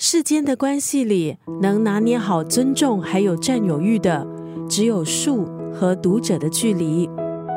世间的关系里，能拿捏好尊重还有占有欲的，只有树和读者的距离。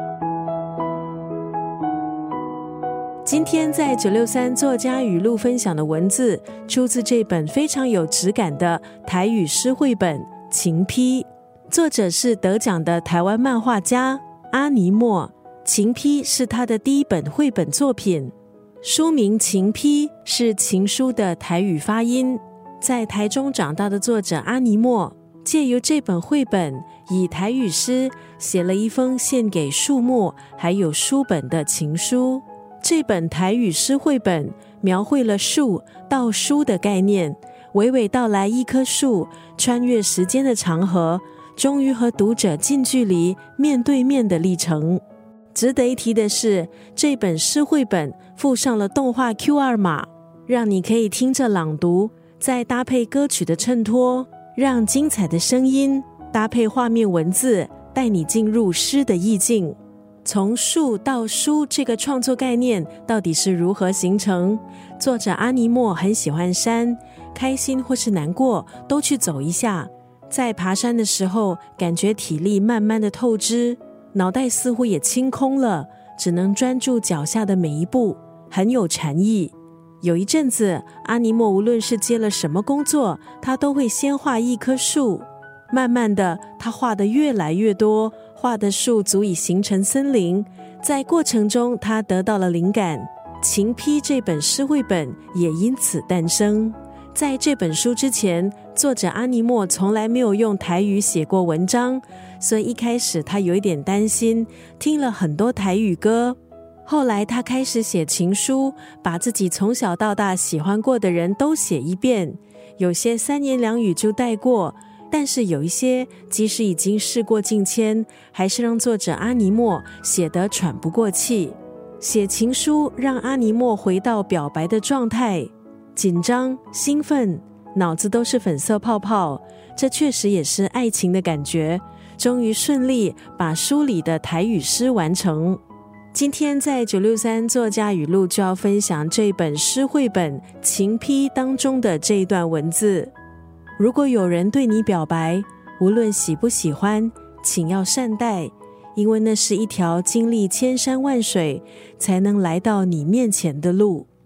今天在963作家语录分享的文字，出自这本非常有质感的台语诗绘本《情批》，作者是得奖的台湾漫画家阿尼默。情批是他的第一本绘本作品，书名情批是情书的台语发音。在台中长大的作者阿尼默，借由这本绘本，以台语诗写了一封献给树木还有书本的情书。这本台语诗绘本描绘了树到书的概念，娓娓道来一棵树穿越时间的长河，终于和读者近距离面对面的历程。值得一提的是，这本诗绘本附上了动画 QR 码，让你可以听着朗读，再搭配歌曲的衬托，让精彩的声音搭配画面文字，带你进入诗的意境。从树到书这个创作概念到底是如何形成？作者阿尼默很喜欢山，开心或是难过都去走一下。在爬山的时候，感觉体力慢慢的透支，脑袋似乎也清空了，只能专注脚下的每一步，很有禅意。有一阵子，阿尼默无论是接了什么工作，他都会先画一棵树。慢慢的，他画得越来越多，画的树足以形成森林。在过程中，他得到了灵感，情批这本诗绘本也因此诞生。在这本书之前，作者阿尼默从来没有用台语写过文章，所以一开始他有一点担心，听了很多台语歌。后来他开始写情书，把自己从小到大喜欢过的人都写一遍，有些3言2语就带过，但是有一些即使已经事过境迁，还是让作者阿尼默写得喘不过气。写情书让阿尼默回到表白的状态，紧张、兴奋，脑子都是粉色泡泡，这确实也是爱情的感觉。终于顺利把书里的台语诗完成。今天在963作家语录就要分享这本诗绘本情批当中的这一段文字。如果有人对你表白，无论喜不喜欢，请要善待，因为那是一条经历千山万水才能来到你面前的路。